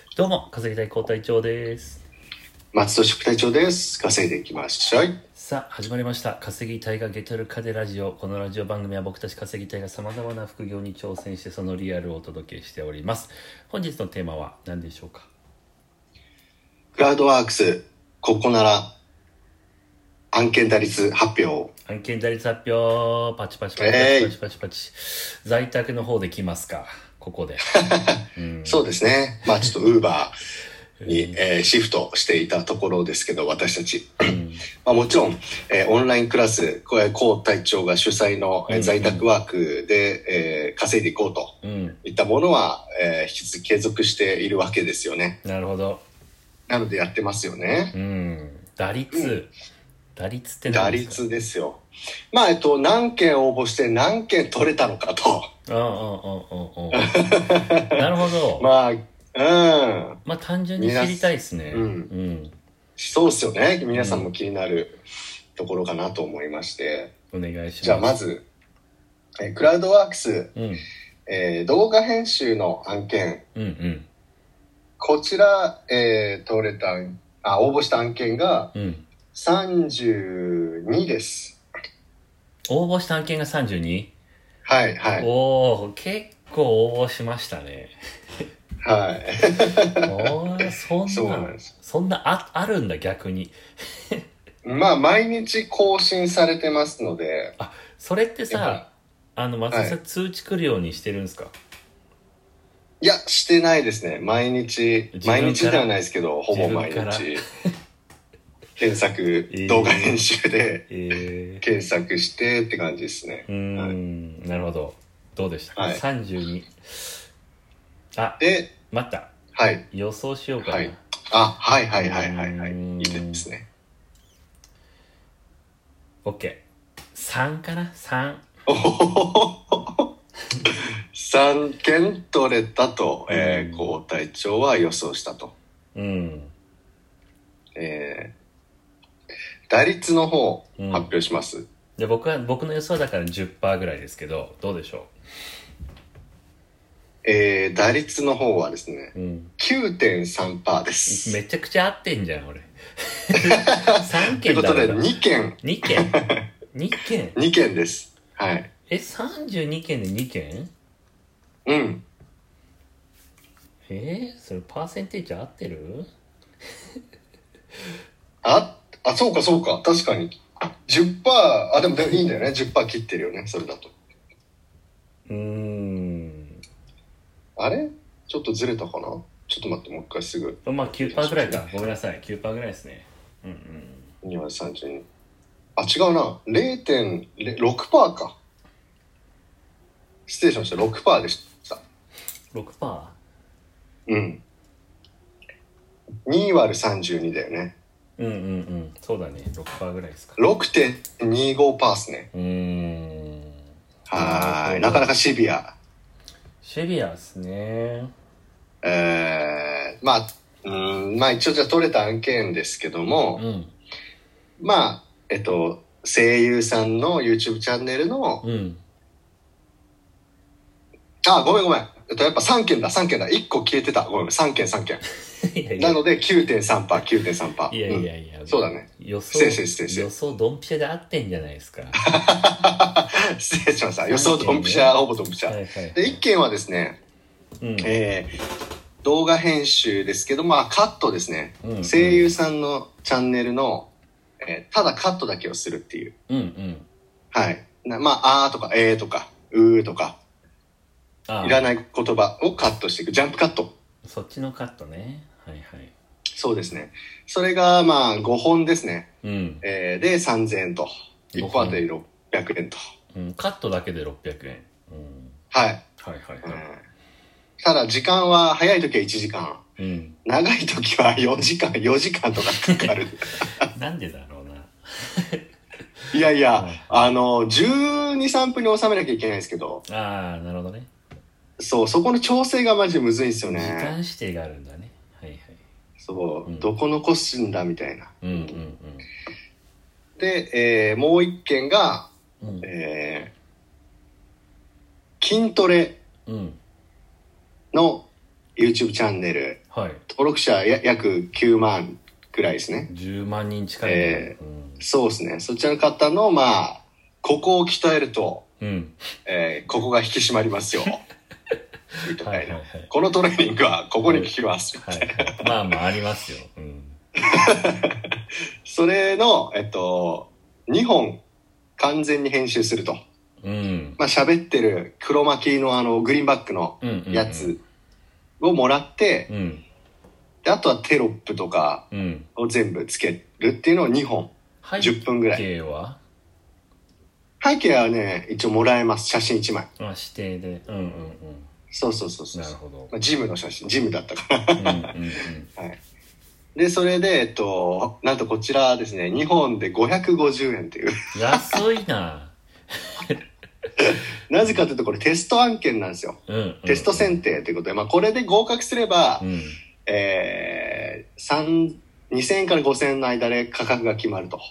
どうも、稼ぎたい高隊長です。 松戸宿隊長です。稼いでいきましょう。 さあ、始まりました。稼ぎたいがゲトルカでラジオ。このラジオ番組は僕たち稼ぎたいが様々な副業に挑戦してそのリアルをお届けしております。本日のテーマは何でしょうか？ クラウドワークス、ここなら案件打率発表。 案件打率発表。パチパチパチパチパチパチパチ。在宅の方で来ますか？ここで。 そうですね。まあちょっとウーバーに、シフトしていたところですけど、私たち。まあ、もちろん、オンラインクラス、これ、高隊長が主催の、在宅ワークで、稼いでいこうといったものは、引き続き継続しているわけですよね。 なるほど。 なのでやってますよね。 打率。打率って何ですか？打率ですよ。まあ、何件応募して何件取れたのかと。 なるほど。 まあ、 まあ単純に知りたいですね。 そうですよね。皆さんも気になるところかなと思いまして。 お願いします。 じゃあまず、クラウドワークス、動画編集の案件。こちら、取れた、応募した案件が32です。 応募した案件が 32？ はいはい。 おー、結構応募しましたね。 はい。 そんなあるんだ、逆に。 まあ、毎日更新されてますので。 それってさ、松田さん通知来るようにしてるんですか？ いや、してないですね。毎日ではないですけど、ほぼ毎日。検索、動画編集で、検索してって感じですね。 なるほど。どうでしたか？ 32。 で、 待った。 はい。 予想しようかな。 はい。いいですね。 OK。3かな？ 3。 3件取れたと、高隊長は予想したと。打率の方、発表します。 で僕の予想だから 10% ぐらいですけど、どうでしょう？打率の方はですね、9.3% です。 めちゃくちゃ合ってんじゃん、俺。3件だろ。 ということで、2件。 2件 ?2 件 ?2 件です。はい。 32件で2件？それパーセンテージ合ってる？ そうか。確かに。10%、でもいいんだよね。10% 切ってるよね、それだと。あれちょっとずれたかな？ちょっと待って、もう一回すぐ。 まあ 9% ぐらいか。ごめんなさい。9% ぐらいですね。 2割32。違うな。0.6% か。失礼しました。6% でした。 6%？ 2割32だよね。 そうだね。6% ぐらいですか。 6.25% ですね。なかなかシビア。 シビアですね。 まあ一応じゃあ取れた案件ですけども、まあ声優さんの YouTube チャンネルの、ごめん。やっぱ3件だ。1個消えてた。ごめん、3件。なので 9.3%。 いや。 そうだね。 予想ドンピシャで合ってんじゃないですか。 失礼しました。予想ドンピシャ、ほぼドンピシャ。で、1件はですね、動画編集ですけど、まあカットですね。声優さんのチャンネルの、ただカットだけをするっていう。はい。まあ、とか、とか、とか、いらない言葉をカットしていく。ジャンプカット。 そっちのカットね。 そうですね。それが、まあ、5本ですね。で、3000円と。1本あたり600円と。 カットだけで600円。 はい。ただ、時間は、早い時は1時間。長い時は4時間とかかかる。 なんでだろうな。 いや、12、3分に収めなきゃいけないんですけど。 なるほどね。 そこの調整がマジでむずいんですよね。 時間指定があるんだね。 どこ残すんだみたいな。で、もう一件が、筋トレの YouTube チャンネル、 はい。 登録者約9万くらいですね。 10万人近い、 そうですね。そちらの方の、まあ、ここを鍛えると、ここが引き締まりますよ。はいはいはい、このトレーニングはここに効きます。 はいはい、まあまあありますよ。 それの、2本完全に編集すると。まあ喋ってる黒巻きのグリーンバックのやつをもらって、であとはテロップとかを全部つけるっていうのを2本、10分ぐらい。背景はね、一応もらえます。写真1枚。 指定で。 そうそうそうそう。 なるほど。 まあ、ジムの写真、ジムだったから。はい。で、それで、なんとこちらですね、2本で550円っていう。 安いな。 なぜかというと、これテスト案件なんですよ。テスト選定ということで、まあ、これで合格すれば、2000円から5000円の間で価格が決まると。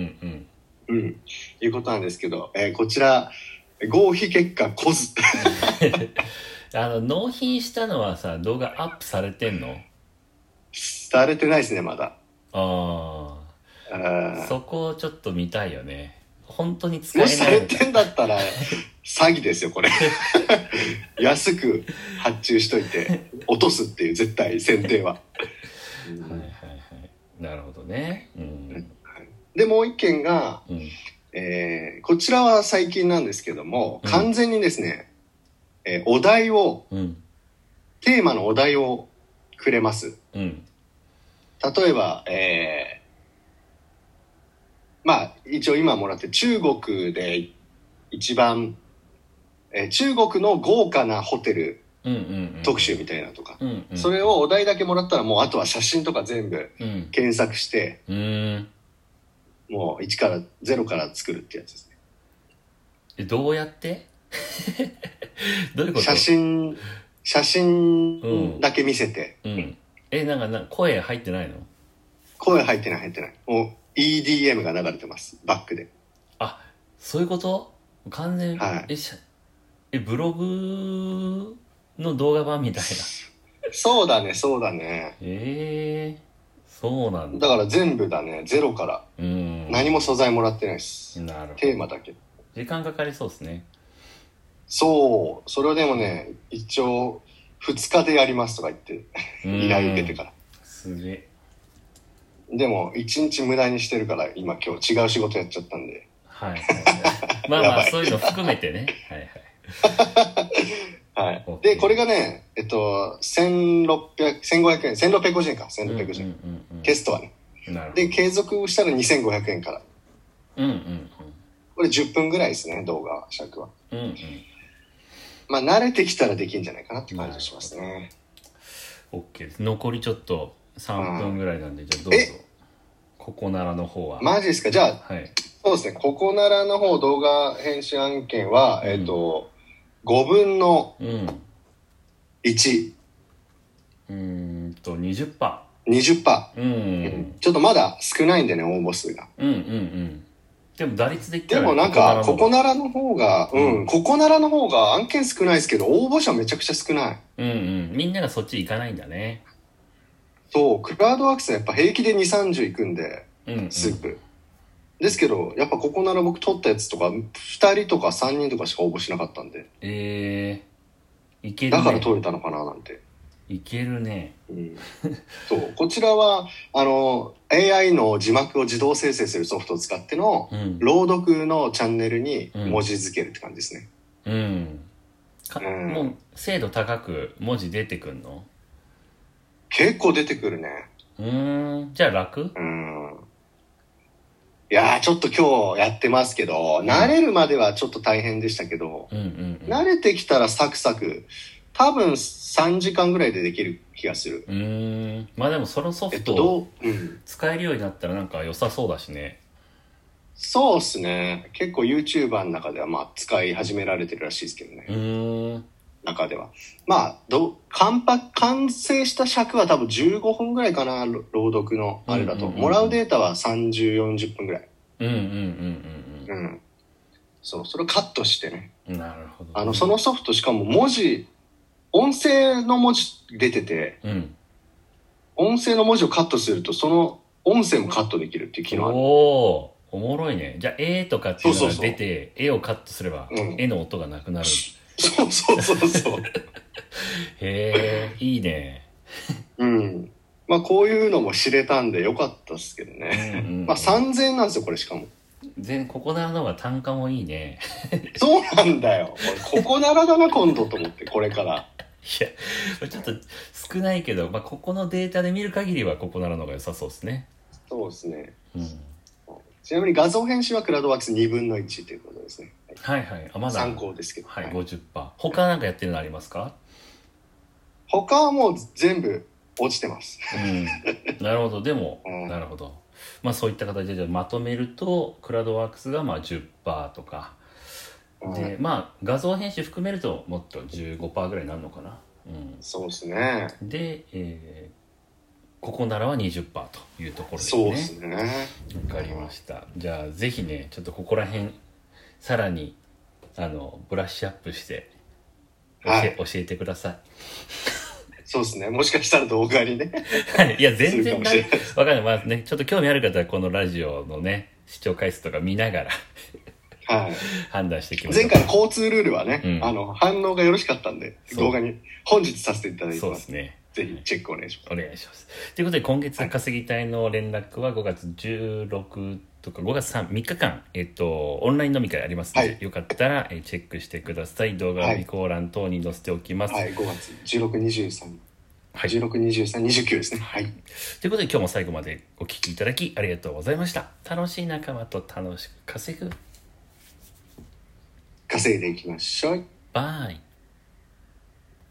いうことなんですけど、こちら、合否結果来ず。 納品したのはさ、動画アップされてんの？ されてないですね、まだ。 そこをちょっと見たいよね。本当に使えない。 もしされてんだったら詐欺ですよ、これ。安く発注しといて落とすっていう、絶対選定は。 はいはいはい。なるほどね。 でもう一件が、こちらは最近なんですけども、完全にですね、お題を、テーマのお題をくれます。例えば、まあ一応今もらって中国で一番、中国の豪華なホテル特集みたいなとか、それをお題だけもらったら、もうあとは写真とか全部検索して、もう1から0から作るってやつですね。 どうやってどういうこと？ 写真だけ見せて、 なんか声入ってないの？ 声入ってない。もう EDM が流れてます、バックで。 あ、そういうこと？完全、はい、ブログの動画版みたいな。 そうだね。 そうなんだ。 だから全部だね、ゼロから。何も素材もらってないです。なるほど。テーマだけ。 時間かかりそうですね。 そう、それをでもね、一応2日でやりますとか言って依頼受けてから。 すげえ。 でも1日無駄にしてるから、今違う仕事やっちゃったんで。 はい。まあまあそういうの含めてね。 はい。で、これがね、1500円、1650円か、1650円。テストはね。で、継続したら2500円から。これ10分ぐらいですね、動画尺は。まあ、慣れてきたらできるんじゃないかなって感じしますね。 OK です。残りちょっと3分ぐらいなんで、じゃあどうぞ。ここならの方は。 マジですか？じゃあ、そうですね、ここならの方、動画編集案件は、5分の1。 20%。 20%。ちょっとまだ少ないんでね、応募数が。 でも打率で言ったら、 でもなんか、ここならの方が、ここならの方が案件少ないですけど、応募者めちゃくちゃ少ない。 みんながそっち行かないんだね。 そう、クラウドワークスはやっぱ平気で2、30行くんで、すぐ。ですけど、やっぱここなら僕撮ったやつとか、2人とか3人とかしか応募しなかったんで。 いけるね。 だから撮れたのかななんて。 いけるね。 そう、こちらは、AI の字幕を自動生成するソフトを使っての、朗読のチャンネルに文字付けるって感じですね。 もう、精度高く文字出てくんの？ 結構出てくるね。 じゃあ楽？ いやー、ちょっと今日やってますけど、慣れるまではちょっと大変でしたけど、慣れてきたらサクサク、多分3時間ぐらいでできる気がする。 まあでもそのソフト使えるようになったらなんか良さそうだしね。 そうっすね。結構 YouTuber の中ではまあ使い始められてるらしいですけどね。中では。まあ、完成した尺は多分15分ぐらいかな、朗読のあれだと。もらうデータは30、40分ぐらい。そう、それをカットしてね。 なるほど。 そのソフトしかも文字音声の文字出てて、 うん、 音声の文字をカットすると、その音声もカットできるっていう機能ある。 おおもろいね。じゃあ絵とかっていうのが出て、 そうそうそう絵をカットすれば、 うん絵の音がなくなる。 そうそうそうそう。 へえ、いいね。 うん。まあこういうのも知れたんでよかったですけどね。まあ3000円なんですよ、これしかも。 ここならの方が単価もいいね。 そうなんだよ。ここならだな、今度と思って、これから。 いや、ちょっと少ないけど、まあ、ここのデータで見る限りはここならの方が良さそうですね。 そうですね。 うん。 ちなみに画像編集はクラウドワークス2分の1ということですね。 はいはい。あ、まだ。 参考ですけど。 はい、50%。他なんかやってるのありますか？ 他はもう全部落ちてます。 うん。なるほど。でも、なるほど。まあそういった形でまとめると、クラウドワークスがまあ 10% とか。で、まあ画像編集含めるともっと 15% ぐらいになるのかな。うん。 そうですね。 で、ここならは 20% というところですね。 そうですね。 わかりました。じゃあぜひね、ちょっとここら辺さらにブラッシュアップして教えてください。 そうですね。もしかしたら動画にね。 いや全然わかんない。まあね、ちょっと興味ある方はこのラジオのね視聴回数とか見ながらはい、 判断していきましょう。 前回の交通ルールはね、 うん、 反応がよろしかったんで動画に本日させていただいてます。 そうですね。 ぜひチェックお願いします。 お願いします。ということで今月稼ぎたいの連絡は5月16とか5月3日間、オンライン飲み会ありますので、はい、よかったらチェックしてください。動画は備考欄等に載せておきます。 はい、5月16、23。はい、16、23、29ですね。はい。 ということで今日も最後までお聞きいただきありがとうございました。楽しい仲間と楽しく稼いでいきましょう。 バイ。